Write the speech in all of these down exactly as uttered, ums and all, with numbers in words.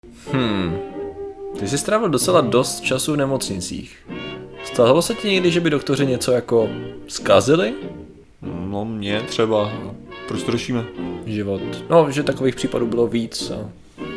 Hmm. Ty jsi strávil docela dost času v nemocnicích. Stalo se ti někdy, že by doktoři něco jako zkazili? No mě třeba. Proč to řešíme? Život. No, že takových případů bylo víc. A...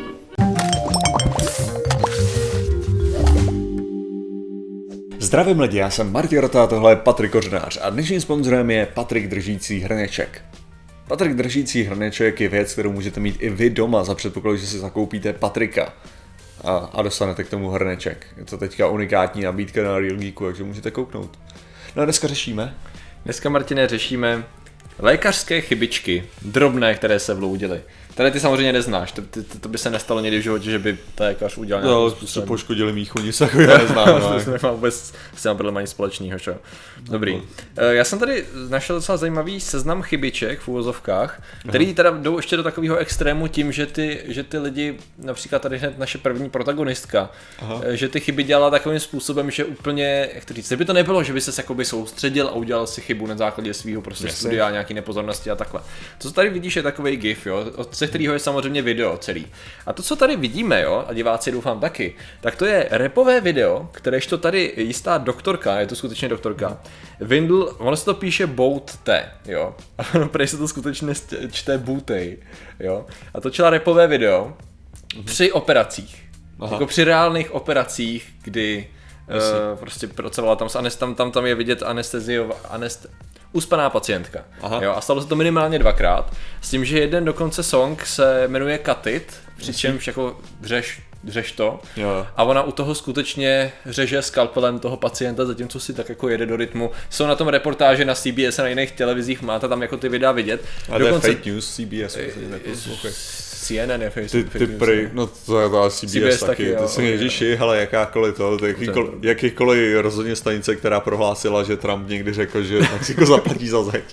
Zdravím lidi, já jsem Martin Rota, tohle je Patrik Kořenář a dnešním sponzorem je Patrik držící hrneček. Patrik držící hrneček je věc, kterou můžete mít i vy doma za předpokladu, že si zakoupíte Patrika a, a dostanete k tomu hrneček. Je to teďka unikátní nabídka na Real Geeku, takže můžete kouknout. No a dneska řešíme? Dneska, Martine, řešíme lékařské chybičky, drobné, které se vloudily. Tady ty samozřejmě neznáš, to, to, to by se nestalo někdy v životě, že by lékař udělal nějakým no, způsobem. No, poškodili míchu, nic takového neznám. No, to nemá vůbec s těma podle nic společného, čo? Dobrý. Já jsem tady našel docela zajímavý seznam chybiček v uvozovkách, který teda jdou ještě do takového extrému tím, že ty, že ty lidi, například tady hned naše první protagonistka, Aha. že ty chyby dělala takovým způsobem, že úplně, jak to říct, kdyby to nebylo, že by ses jakoby soustředil a udělal si chybu na základě svého prostě yes. studia, nějaký nepozornosti a takhle. To, co tady vidíš, je takovej gif, jo, od kterého je samozřejmě video celý. A to, co tady vidíme, jo, a diváci doufám taky, tak to je rapové video, kteréžto tady jistá doktorka, je to skutečně doktorka, Vindl, ono se to píše Bout T, jo, a ono prej se to skutečně čte Boutej, jo, a točila rapové video mm-hmm. při operacích, Aha. jako při reálných operacích, kdy uh, prostě pracovala tam s anest, tam, tam, tam je vidět anesteziová, anest, uspaná pacientka. Jo, a stalo se to minimálně dvakrát. S tím, že jeden dokonce song se jmenuje Cut It, přičemž jako řeš, řeš to. Jo. A ona u toho skutečně řeže skalpelem toho pacienta, zatímco si tak jako jede do rytmu. Jsou na tom reportáže na C B S a na jiných televizích, máte tam jako ty videa vidět. A dokonce... to je fake news, C B S. C N N je fake, ty, fake ty news. Pry, no to je to C B S, C B S taky, taky ty si okay, ježiši, hele jakákoliv to, to jakýkoliv, jakýkoliv rozhodně stanice, která prohlásila, že Trump někdy řekl, že Mexiko zaplatí za zeď.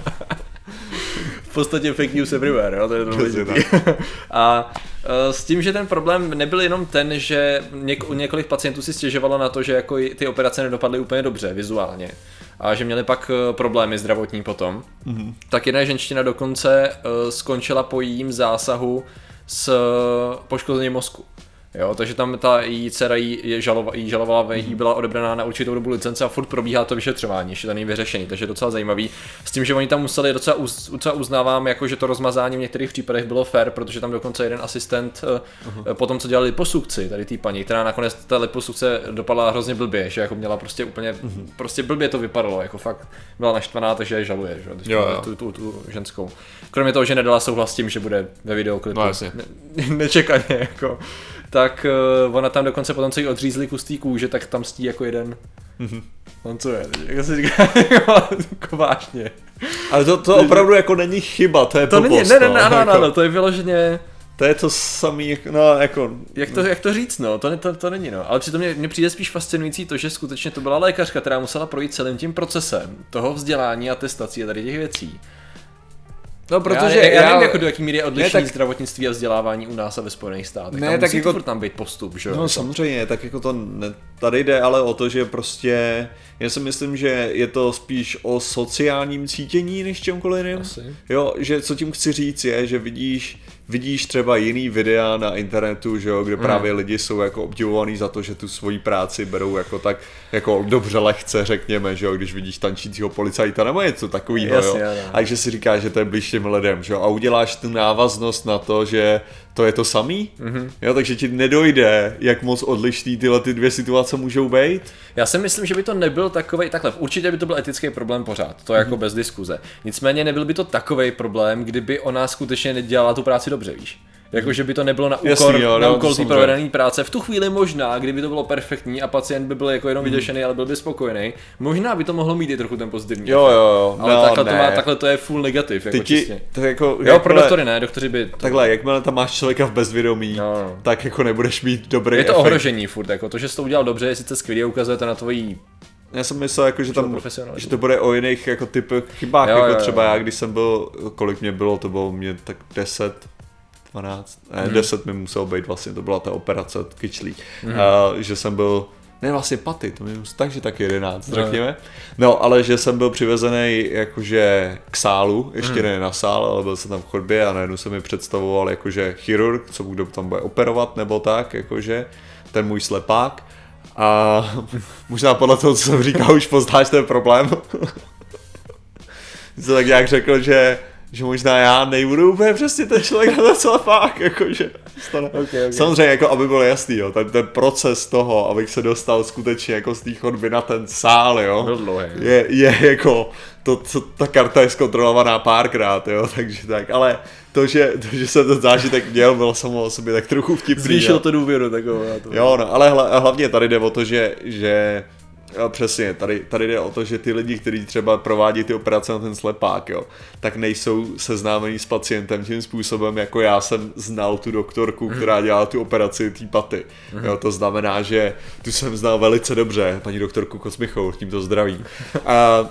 V podstatě fake news everywhere, jo, to je důležitý. A s tím, že ten problém nebyl jenom ten, že něk- u několik pacientů si stěžovalo na to, že jako ty operace nedopadly úplně dobře vizuálně a že měli pak problémy zdravotní potom, mm-hmm. tak jedna ženština dokonce uh, skončila po jejím zásahu s poškozením mozku. Jo, takže tam ta její dcera jí, žalova, jí žalovala, jí byla odebraná na určitou dobu licence a furt probíhá to vyšetřování, ještě to není vyřešený, takže je docela zajímavý. S tím, že oni tam museli docela, uz, docela uznávám, jako, že to rozmazání v některých případech bylo fair, protože tam dokonce jeden asistent uh-huh. po tom, co dělali liposukci, tady té paní, která nakonec ta liposukce dopadla hrozně blbě, že jako měla prostě úplně, uh-huh. prostě blbě to vypadalo, jako fakt byla naštvaná, takže je žaluje, že? Jo, jo. Tu, tu, tu ženskou. Kromě toho, že nedala souhlas s tím, že bude ve videoklipu. No, jasně. Ne, nečekaně, jako. Tak uh, ona tam dokonce potom, co jí odřízli kus té kůže, tak tam stí jako jeden. Mm-hmm. On co je, jak se říká, jako vážně. Ale to, to opravdu jako není chyba, to je to blbost. Není, ne, ne, ne, no, ne, jako, ne, to je vyloženě... To je to samý, no jako... Jak to, jak to říct, no, to, to, to není, no. Ale přitom mě, mě přijde spíš fascinující to, že skutečně to byla lékařka, která musela projít celým tím procesem toho vzdělání a testací a tady těch věcí. No, protože já, já, já já nevím, jako do jaký míry je odlišný ne, tak... zdravotnictví a vzdělávání u nás a ve Spojených státech. Ne, tam tak musí jako... furt tam být postup, že jo? No samozřejmě, tak jako to ne... tady jde ale o to, že prostě já si myslím, že je to spíš o sociálním cítění než čemkoliv jiným. Asi. Jo, že co tím chci říct je, že vidíš vidíš třeba jiný videa na internetu, že jo, kde hmm. právě lidi jsou jako obdivovaný za to, že tu svoji práci berou jako tak jako dobře lehce, řekněme, že jo, když vidíš tančícího policajta nebo něco takového, jo. A že si říkáš, že to je blíž těm lidem, že jo, a uděláš tu návaznost na to, že to je to samý, mm-hmm. jo, takže ti nedojde, jak moc odlišný tyhle ty dvě situace můžou být. Já si myslím, že by to nebyl takovej, takhle, určitě by to byl etický problém pořád, to je jako mm-hmm. bez diskuze. Nicméně nebyl by to takovej problém, kdyby ona skutečně nedělala tu práci dobře, víš. Jako, že by to nebylo na úkor, Jasný, jo, na no, úkol té provedené práce. V tu chvíli možná, kdyby to bylo perfektní a pacient by byl jako jenom hmm. vyděšený, ale byl by spokojený, možná by to mohlo mít i trochu ten pozitivní. Jo, jo, jo. Ale no, takhle, ne. to má, takhle to je full negativ, jako Ty ti, čistě. tak jako, jo, jakmile, pro doktory ne, doktoři by... To... Takhle, jakmile tam máš člověka v bezvědomí, no, no. tak jako nebudeš mít dobrý Je to efekt. ohrožení furt, jako to, že jsi to udělal dobře, je sice skvělé, ukazuje to na tvojí... Já jsem myslel, jako, že tam, že to bude o jiných jako typech chybách, jo, jako jo, třeba jo. Já, když jsem byl, kolik mě bylo, to bylo mě tak deset, dvanáct, ne, hmm. deset mi muselo být vlastně, to byla ta operace kyčlí, hmm. uh, že jsem byl ne vlastně paty, to minus, takže tak jedenáct, no. řekněme. No, ale že jsem byl přivezený jakože k sálu, ještě hmm. ne na sál, ale byl jsem tam v chodbě a najednou se mi představoval jakože chirurg, co kdo tam bude operovat nebo tak, jakože ten můj slepák. A možná podle toho, co jsem říkal, už poznáš ten problém. Co tak nějak řekl, že že možná já nejbudu úplně přesně ten člověk na to slepák, jakože okay, okay. Samozřejmě, jako aby bylo jasný, jo, ten, ten proces toho, abych se dostal skutečně jako z té chodby na ten sál, jo, je, je jako, to, to, ta karta je zkontrolovaná párkrát, jo, takže tak, ale to, že, to, že jsem ten zážitek měl, bylo samo o sobě tak trochu vtipný. Zvýšil to důvěru takovou. Jo, no, ale hla, hlavně tady jde o to, že, že jo, přesně, tady, tady jde o to, že ty lidi, kteří třeba provádí ty operace na ten slepák, jo, tak nejsou seznámení s pacientem tím způsobem, jako já jsem znal tu doktorku, mm. která dělala tu operaci té paty. Mm. Jo, to znamená, že tu jsem znal velice dobře, paní doktorku Kosmichovou, tímto zdravím. A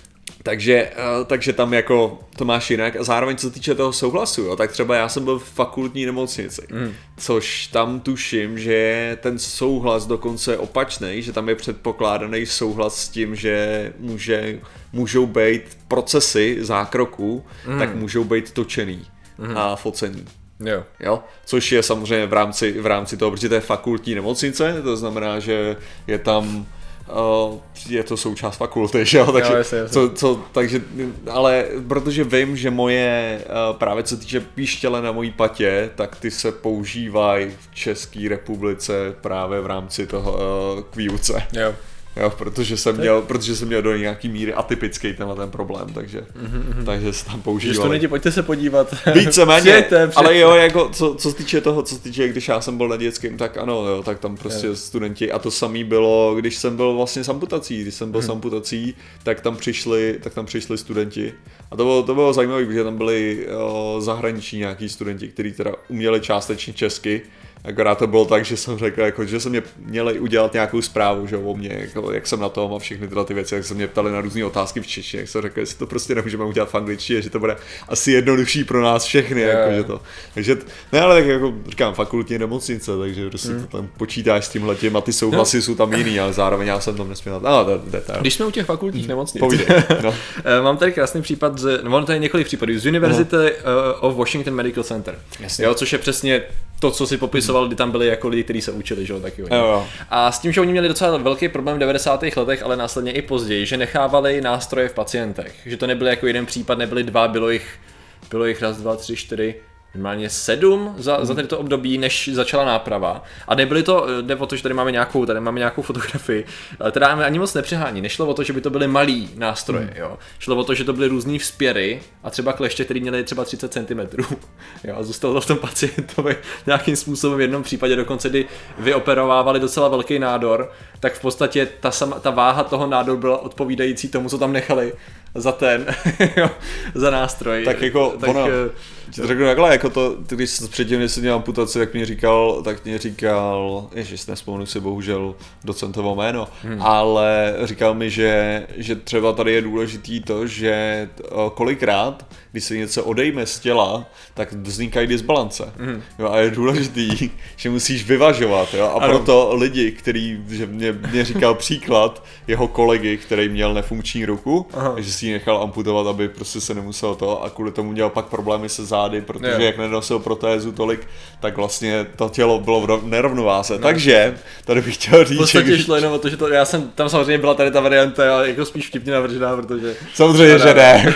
Takže, takže tam jako to máš jinak a zároveň co se týče toho souhlasu, jo, tak třeba já jsem byl v fakultní nemocnici, mm. což tam tuším, že je ten souhlas dokonce opačný, že tam je předpokládaný souhlas s tím, že může, můžou být procesy zákroků, mm. tak můžou být točený mm. a focený. Jo. Jo? Což je samozřejmě v rámci, v rámci toho, protože to je fakultní nemocnice, to znamená, že je tam Uh, je to součást fakulty, že jo, takže, jo, jasně, jasně. Co, co, takže, ale protože vím, že moje, uh, právě co týče píštěle na mojí patě, tak ty se používají v České republice právě v rámci toho uh, k výuce. Jo. Jo, protože jsem měl, protože jsem měl do nějaký míry atypický tenhle ten problém, takže, mm-hmm. takže se tam používali. Studenti, pojďte se podívat. Víceméně, přijďte, přijďte. Ale jo, jako co, co se týče toho, co se týče, když já jsem byl na dětském, tak ano, jo, tak tam prostě jo. studenti, a to samý bylo, když jsem byl vlastně s amputací, když jsem byl mm-hmm. s amputací, tak tam přišli, tak tam přišli studenti. A to bylo, to bylo zajímavé, protože tam byli o, zahraniční nějaký studenti, kteří teda uměli částečně česky. Akorát to bylo tak, že jsem řekl, jako, že se mě měli udělat nějakou zprávu, že o mě, jako, jak jsem na tom a všechny tyhle ty věci, jak se mě ptali na různé otázky v češtině, jak jsem řekl, jestli to prostě nemůžeme udělat v angličtině, že to bude asi jednodušší pro nás všechny, yeah. jako, že to. Takže, ne, ale tak jako říkám, fakultní nemocnice, takže prostě mm. to tam počítáš s tímhletím a ty souhlasy no. jsou tam jiný, ale zároveň já jsem tam nesměl. No, to, to, to, Když jsme u těch fakultních mm. nemocnic, no. mám tady krásný případ, z, no, to je několik případů, z University uh, of Washington Medical Center, jo, což je přesně to, co si popisoval, kdy tam byli jako lidi, kteří se učili, že jo, taky oni. Jo. A s tím, že oni měli docela velký problém v devadesátých letech, ale následně i později, že nechávali nástroje v pacientech, že to nebyly jako jeden případ, nebyly dva, bylo jich, bylo jich raz, dva, tři, čtyři, minimálně sedm za, za to období, než začala náprava. A nebyly to, jde o to, že tady máme nějakou, tady máme nějakou fotografii, teda ani moc nepřehání, nešlo o to, že by to byly malý nástroje, hmm. jo. Šlo o to, že to byly různý vzpěry a třeba kleště, které měly třeba třicet centimetrů, jo, a zůstalo to v tom pacientovi nějakým způsobem v jednom případě dokonce, kdy vyoperovávali docela velký nádor, tak v podstatě ta, sama, ta váha toho nádoru byla odpovídající tomu, co tam nechali za ten, jo, za nástroj. Tak jako tak, ono, to řeknu takhle, jako to, když předtím, když jsem měl amputaci, tak mě říkal, tak mě říkal, ježiš, nespomenu si bohužel docentovo jméno, hmm. ale říkal mi, že, že třeba tady je důležitý to, že kolikrát, když se něco odejme z těla, tak vznikají disbalance. Hmm. Jo, a je důležitý, že musíš vyvažovat, jo, a ano. proto lidi, který, že mě, mě říkal příklad jeho kolegy, který měl nefunkční ruku, aha. že si ji nechal amputovat, aby prostě se nemusel to, a kvůli tomu měl pak problémy se zády, protože jo. jak nenosil protézu tolik, tak vlastně to tělo bylo v nerovnováze. No. Takže tady bych chtěl říct, v podstatě že když... šlo jenom o to, že to, já jsem, tam samozřejmě byla tady ta varianta, jako spíš vtipně navržená, protože... Samozřejmě, že ne.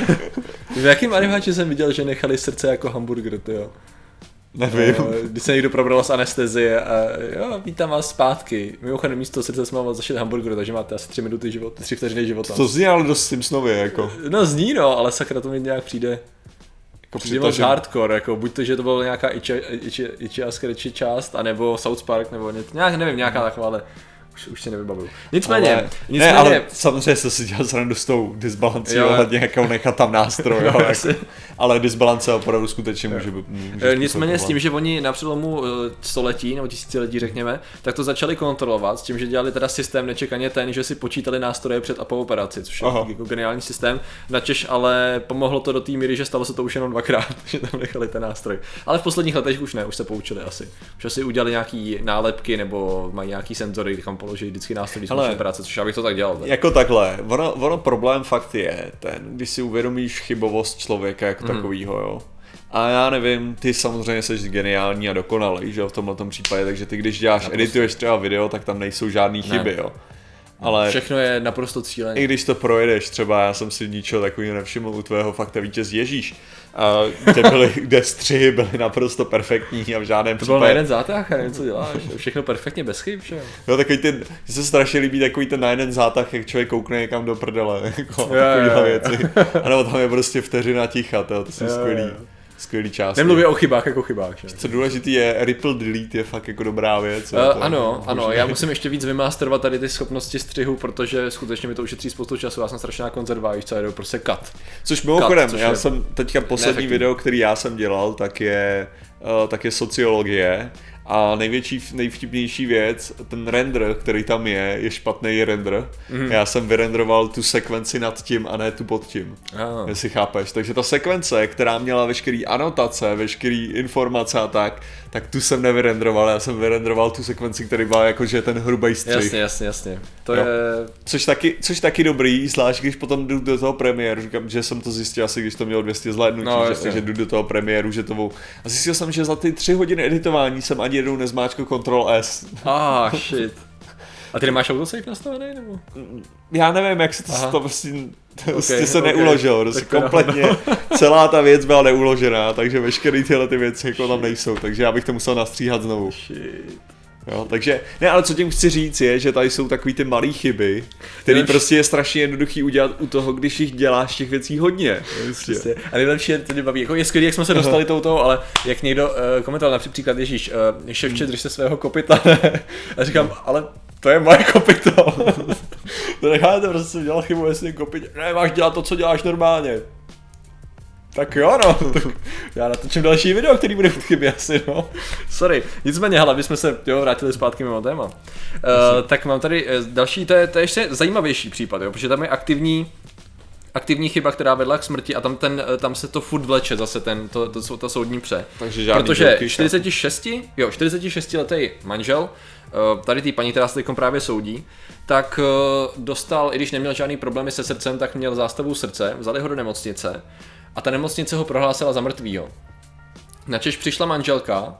V jakým animáči jsem viděl, že nechali srdce jako hamburger, tyjo? Nevím. Když se někdo probral z anestezie a jo, vítám vás zpátky. Mimochodem místo srdce jsme vám zašli hamburger, takže máte asi tři minuty život, tři vteřiny života. To zní ale dost Simpsonově, jako. No zní no, ale sakra to mi nějak přijde. Jako přijde moc hardcore, jako buď to, že to byla nějaká Ichi a Scratchy část, anebo South Park, nebo nějak, nevím, nějaká taková, ale už, už si nevybavuju. Nicméně, ale, nicméně... Ne, ale samozřejmě se si dělal srandu s tou disbalancí, ohledně jakou nechat tam nástroj, jo, jako, ale disbalance opravdu skutečně jo. může být. Může nicméně s tím, že oni na přelomu století nebo tisíciletí řekněme, tak to začali kontrolovat s tím, že dělali teda systém nečekaně ten, že si počítali nástroje před a po operaci, což je Aha. jako geniální systém, načež ale pomohlo to do té míry, že stalo se to už jenom dvakrát, že tam nechali ten nástroj. Ale v posledních letech už ne, už se poučili asi. Už asi udělali nějaký nálepky nebo mají nějaký senzory, kam položit vždycky nástroj výzkumné práce, což já bych to tak dělal. Tak. Jako takhle, ono, ono problém fakt je ten, když si uvědomíš chybovost člověka jako mm. takovýho, jo. A já nevím, ty samozřejmě jsi geniální a dokonalý, že jo, v tomhle případě, takže ty když děláš, naprosto. edituješ třeba video, tak tam nejsou žádný chyby, ne. jo. Ale všechno je naprosto cílené. I když to projedeš, třeba já jsem si ničeho takového nevšiml u tvého Fakta vítěz Ježíš, a kde, byly, kde střihy byly naprosto perfektní a v žádném to případě. To byl na jeden zátah a nevím, co děláš, všechno perfektně bez chyb, že jo. Jo, takový ten, mně se strašně líbí takový ten na jeden zátah, jak člověk koukne někam do prdele, jako takovýhle věci. A nebo tam je prostě vteřina ticha, to, to jsou jo, skvělý. Jo. Skvělý část. Nemluví o chybách jako chybách. Že? Co důležitý je, Ripple Delete je fakt jako dobrá věc. Uh, ano, ano, já musím ještě víc vymasterovat tady ty schopnosti střihu, protože skutečně mi to ušetří spoustu času, já jsem strašná konzerva, víš co, jedu prostě cut. Což mimochodem, já je jsem teďka poslední video, který já jsem dělal, tak je, uh, tak je sociologie. A největší, nejvtipnější věc, ten render, který tam je, je špatný render. Mm. Já jsem vyrenderoval tu sekvenci nad tím a ne tu pod tím. Oh. Jestli chápeš. Takže ta sekvence, která měla veškerý anotace, veškerý informace a tak, tak tu jsem nevyrenderoval. Já jsem vyrenderoval tu sekvenci, který byla jakože ten hrubý střih. Jasně, jasně, jasně. To jo. je... Což taky, což taky dobrý, zvlášť když potom jdu do toho premiéru. Říkám, že jsem to zjistil asi, když to mělo dvě stě zhlédnutí, no, že, že jdu do toho premiéru, že to vou... A zjistil jsem, že za ty tři hodiny editování jsem ani jednou nezmáčkl Ctrl S. Ah, shit. A ty nemáš autosave nastavený, nebo? Já nevím, jak se to, to prostě, to okay, se okay. neuložilo, prostě kompletně celá ta věc byla neuložená, takže veškeré tyhle ty věci jako tam nejsou, takže já bych to musel nastříhat znovu. Shit. Jo, takže, ne, ale co tím chci říct je, že tady jsou takový ty malý chyby, který prostě je strašně jednoduchý udělat u toho, když jich děláš těch věcí hodně. Prostě. A nejlepší je tedy baví, jako je skvělý, jak jsme se dostali touto, ale jak někdo uh, komentoval například Ježíš, uh, ševče, drž se svého kopyta, a říkám, ale to je moje kopyto. To necháte, prostě jsem dělal chybu, jestli kopyt, ne, máš dělat to, co děláš normálně. Tak jo, no, tak já natočím další video, který bude v chybě asi, no. Sorry, nicméně, hele, abychom se jo, vrátili zpátky mimo téma. Uh, tak mám tady další, to je, to je ještě zajímavější případ, jo, protože tam je aktivní, aktivní chyba, která vedla k smrti a tam, ten, tam se to furt vleče zase, ten, to, to, to soudní pře. Takže žádný protože čtyřicet šest, jo, čtyřicetišestiletý manžel, tady tý paní, která se teď právě soudí, tak dostal, i když neměl žádný problémy se srdcem, tak měl zástavu srdce, vzali ho do nemocnice. A ta nemocnice ho prohlásila za mrtvýho. Načež přišla manželka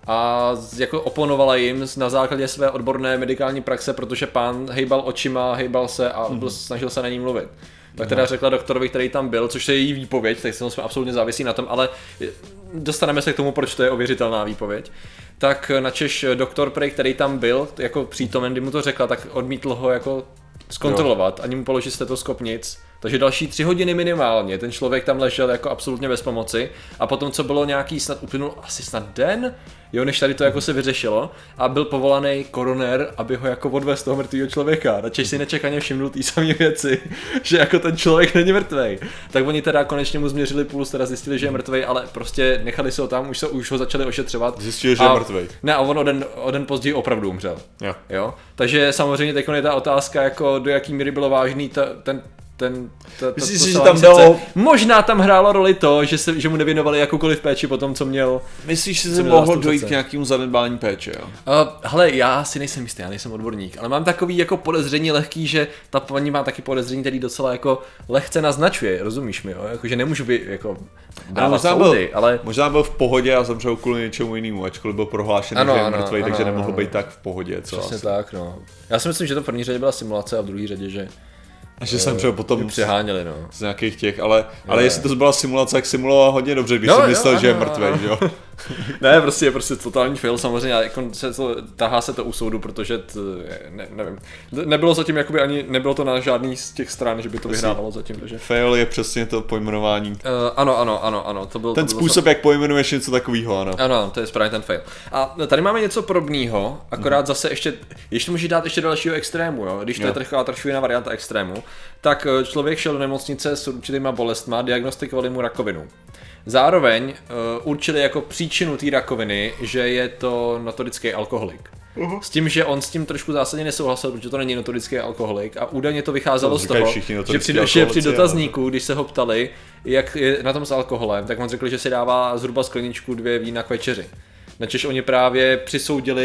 a jako oponovala jim na základě své odborné medikální praxe, protože pán hejbal očima, hejbal se a byl, snažil se na ní mluvit. Tak teda řekla doktorovi, který tam byl, což je její výpověď, tak jsme absolutně závisí na tom, ale dostaneme se k tomu, proč to je ověřitelná výpověď. Tak načež doktor, prej, který tam byl, jako přítomen, kdy mu to řekla, tak odmítl ho jako zkontrolovat, ani mu položit stetoskop, nic. Takže další tři hodiny minimálně, ten člověk tam ležel jako absolutně bez pomoci a potom, co bylo nějaký, snad uplynul asi snad den, jo, než tady to jako se vyřešilo a byl povolaný koroner, aby ho jako odvez toho mrtvého člověka. Načež si nečekaně všimnul té samé věci, že jako ten člověk není mrtvej. Tak oni teda konečně mu změřili puls, teda zjistili, že je mrtvej, ale prostě nechali se ho tam, už, se, už ho začali ošetřovat. Zjistili, že je mrtvej. Ne, a on o den, o den později opravdu umřel. Jo. Jo? Takže samozřejmě teď je ta otázka, jako do jaký míry bylo vážný ta, ten ten, ta, ta, Myslíš to si, že tam dalo... Možná tam hrálo roli to, že, se, že mu nevěnovali jakoukoliv péči po tom, co měl. Myslíš, že se mohlo dojít k nějakému zanedbání péče, jo? Uh, hele, já si nejsem jistý, já nejsem odborník, ale mám takový jako podezření lehký, že ta paní má taky podezření, který docela jako lehce naznačuje, rozumíš mi, jo? Jako, že nemůžu být jako dávat soudy, byl, ale... Možná byl v pohodě a zemřel kvůli něčemu jinému, ačkoliv byl prohlášený, ano, že je mrtvej, takže ano, nemohl ano. být tak v pohodě, co Přesně asi. tak, no. Já si myslím, že to v první řadě byla simulace a v druhé řadě, že A že jsem třeba potom přeháněli, no. Z nějakých těch, ale, ale jestli to byla simulace, jak simuloval hodně dobře, když no, jsem myslel, jo, že je ano, mrtvej, že jo? Ne, prostě je prostě totální fail, samozřejmě, jako se to, tahá se to u soudu, protože t, ne, nevím, nebylo zatím jakoby ani, nebylo to na žádný z těch stran, že by to vyhrávalo zatím, takže... Fail je přesně to pojmenování. Uh, ano, ano, ano, ano, to byl... Ten to způsob, jak pojmenuješ něco takového, ano. Ano, to je správně ten fail. A tady máme něco podobného, akorát hmm. zase ještě, ještě můžeš dát ještě dalšího extrému, jo, když to jo. je taková trošku jiná varianta extrému, tak člověk šel do nemocnice s určitýma bolestma, diagnostikovali mu rakovinu. Zároveň uh, určili jako příčinu té rakoviny, že je to notorický alkoholik. Uh-huh. S tím, že on s tím trošku zásadně nesouhlasil, protože to není notorický alkoholik a údajně to vycházelo to z toho, že při, že při dotazníku, když se ho ptali, jak je na tom s alkoholem, tak on řekl, že si dává zhruba skleničku dvě vína k večeři. Načež oni právě přisoudili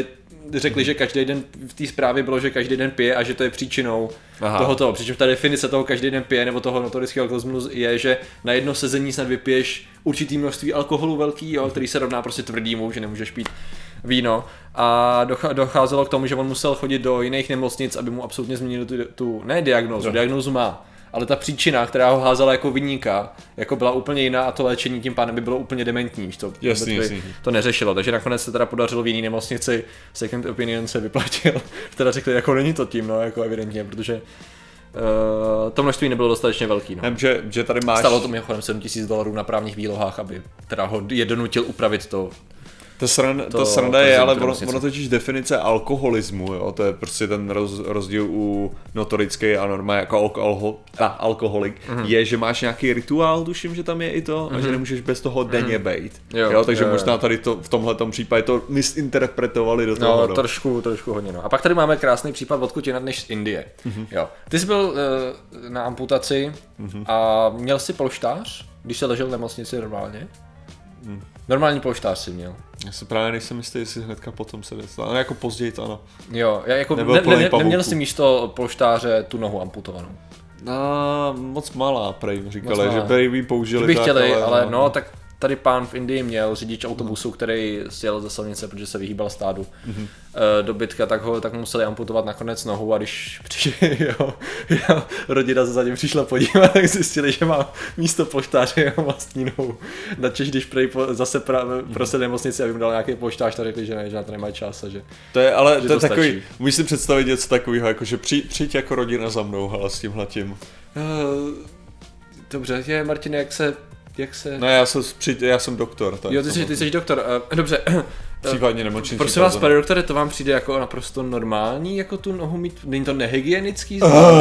řekli, že každý den v té zprávě bylo, že každý den pije a že to je příčinou Aha. tohoto. Přičemž ta definice toho každý den pije nebo toho notorického alkoholismu je, že na jedno sezení snad vypiješ určitý množství alkoholu velký, jo, který se rovná prostě tvrdýmu, že nemůžeš pít víno. A docházelo k tomu, že on musel chodit do jiných nemocnic, aby mu absolutně změnili tu, tu ne diagnózu, no. diagnózu má, ale ta příčina, která ho házela jako viníka, jako byla úplně jiná a to léčení tím pádem by bylo úplně dementní, to, jasný, jasný. to neřešilo, takže nakonec se teda podařilo v jiný nemocnici, second opinion se vyplatil, teda řekli, jako není to tím, no, jako evidentně, protože Uh, to množství nebylo dostatečně velký. No. Vím, že, že tady máš... Stalo to mimochodem sedm tisíc dolarů na právních výlohách, aby teda ho je donutil upravit to. To sranda, to, to sranda je, ale ono, ono totiž definice alkoholismu, jo, to je prostě ten roz, rozdíl u notorický a normálně jako alkohol, a, alkoholik, mm-hmm. je, že máš nějaký rituál, tuším, že tam je i to, mm-hmm. a že nemůžeš bez toho denně mm-hmm. bejt. Jo, jo, takže jo, možná tady to v tomhletom případě to misinterpretovali do toho. No, no. trošku, trošku hodně, no. A pak tady máme krásný případ odkud jinat než z Indie. Mm-hmm. Jo. Ty jsi byl uh, na amputaci mm-hmm. a měl jsi polštář, když jsi ležel v nemocnici normálně? Mm. Normální polštář si měl. Já si právě nejsem jistý, jestli hnedka potom se dostal, ale jako později to ano. Jo, já jako ne, ne, neměl jsi místo polštáře tu nohu amputovanou. No, moc malá, prej říkali, že prej by použili. Že by chtěli, tak, ale, ale no, tak tady pán v Indii měl řidič autobusu, který sjel ze silnice, protože se vyhýbal stádu mm-hmm. dobytka, tak ho tak museli amputovat nakonec nohu a když přišli, jo, jo, rodina se za ním přišla podívat, tak zjistili, že má místo polštáře jeho vlastní nohu. Načež když prej po, zase pra, prosil nemocnici, aby mu dal nějaký polštář, tak řekli, že ne, že na to nemají čas a že to je, ale to je to takový, můžeš si představit něco takového, jako že při, přijď jako rodina za mnou, hele, s tímhletím. Uh, dobře, je Martin, jak se Jak se... No já jsem, při, já jsem doktor. Tak jo, ty jsi, ty jsi doktor, uh, dobře. Případně nemocniční. Prosím vás, pane doktore, to vám přijde jako naprosto normální, jako tu nohu mít, není to nehygienický?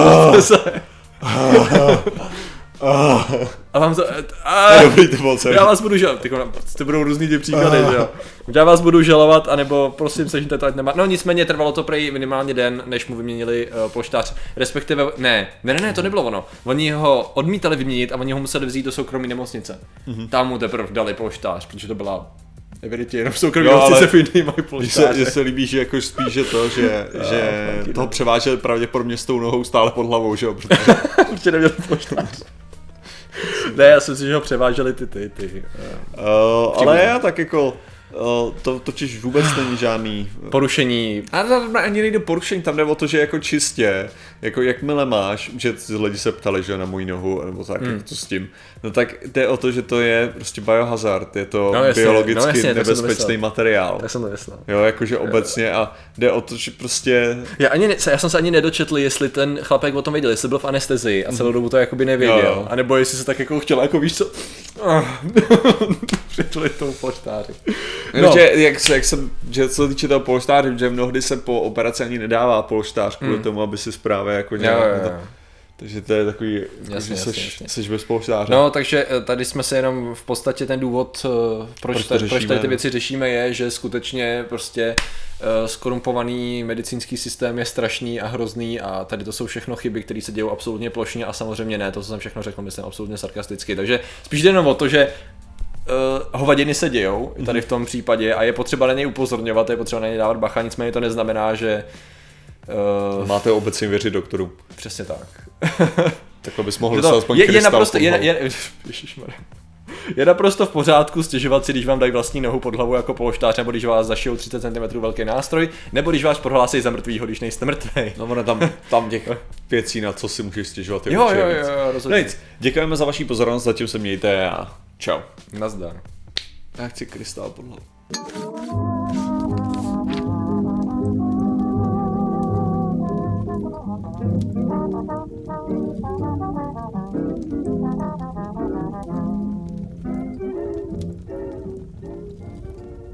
A vám to... A, dobrý, to bylo já vás budu žalovat, to budou různý ty příklady, že jo. Já vás budu žalovat, anebo prosím sežněte to, ať nemá... No nicméně trvalo to prej minimálně den, než mu vyměnili uh, polštář, respektive, ne, ne, ne, ne, to nebylo ono. Oni ho odmítali vyměnit a oni ho museli vzít do soukromé nemocnice. Mm-hmm. Tam mu teprve dali polštář, protože to byla... Evidentně jenom v soukromí nemocnice v Indii mají polštáře. Mně se, se líbí, že jako spíš je to, že, no, že toho převážel pravděpodobně s tou nohou stále pod hlavou, že jo? Protože... Určitě neměl polštář. Ne, já si myslím, že ho převáželi ty ty, ty. Uh, ale já tak jako, uh, to totiž vůbec není žádný... Porušení. A ani nejde porušení, tam jde o to, že jako čistě, jako jakmile máš, že lidi se ptali, že na můj nohu, nebo tak, hmm. jako to s tím, no tak jde o to, že to je prostě biohazard, je to no, jasně, biologicky no, jasně, nebezpečný materiál. Tak jsem to myslel. Jo, jakože obecně a jde o to, že prostě... Já, ani ne, já jsem se ani nedočetl, jestli ten chlapek o tom věděl, jestli byl v anestezii a celou dobu to jakoby nevěděl, jo. Anebo jestli se tak jako chtěl, jako víš co... Přečuli tomu polštáři. No. Že, jak, se, jak jsem, že co se týče toho polštáře, že mnohdy se po operaci ani nedává polštář kvůli mm. tomu, aby si právě jako nějak... Jo, jo, jo. Takže to je takový, jako, jasně, že jasně, seš, jasně. seš bez polštáře. No, takže tady jsme se jenom v podstatě ten důvod, proč, proč, tady, proč tady ty věci řešíme, je, že skutečně prostě uh, skorumpovaný medicínský systém je strašný a hrozný a tady to jsou všechno chyby, které se dějou absolutně plošně a samozřejmě ne, to, co jsem všechno řekl, myslím absolutně sarkasticky. Takže spíš jde jenom o to, že Uh, hovadiny se dějou tady v tom případě a je potřeba na něj upozorňovat, je potřeba na něj dávat bacha, nicméně to neznamená, že... Uh, Máte obecně věřit doktorům. Přesně tak. Takhle bys mohl dostat aspoň je, je, naprosto, je, je, je naprosto v pořádku stěžovat si, když vám dají vlastní nohu pod hlavu jako polštář, nebo když vás zašijou třicet centimetrů velký nástroj, nebo když vás prohlásí za mrtvýho, když nejste mrtvej. No ono tam, tam těch věcí, na co si můžeš stěžovat. Jo, jo, jo, jo, rozhodně. No nic, děkujeme za vaši pozornost, zatím se mějte a čau. Nazdar. Já chci krystál pod hlavu. Thank you.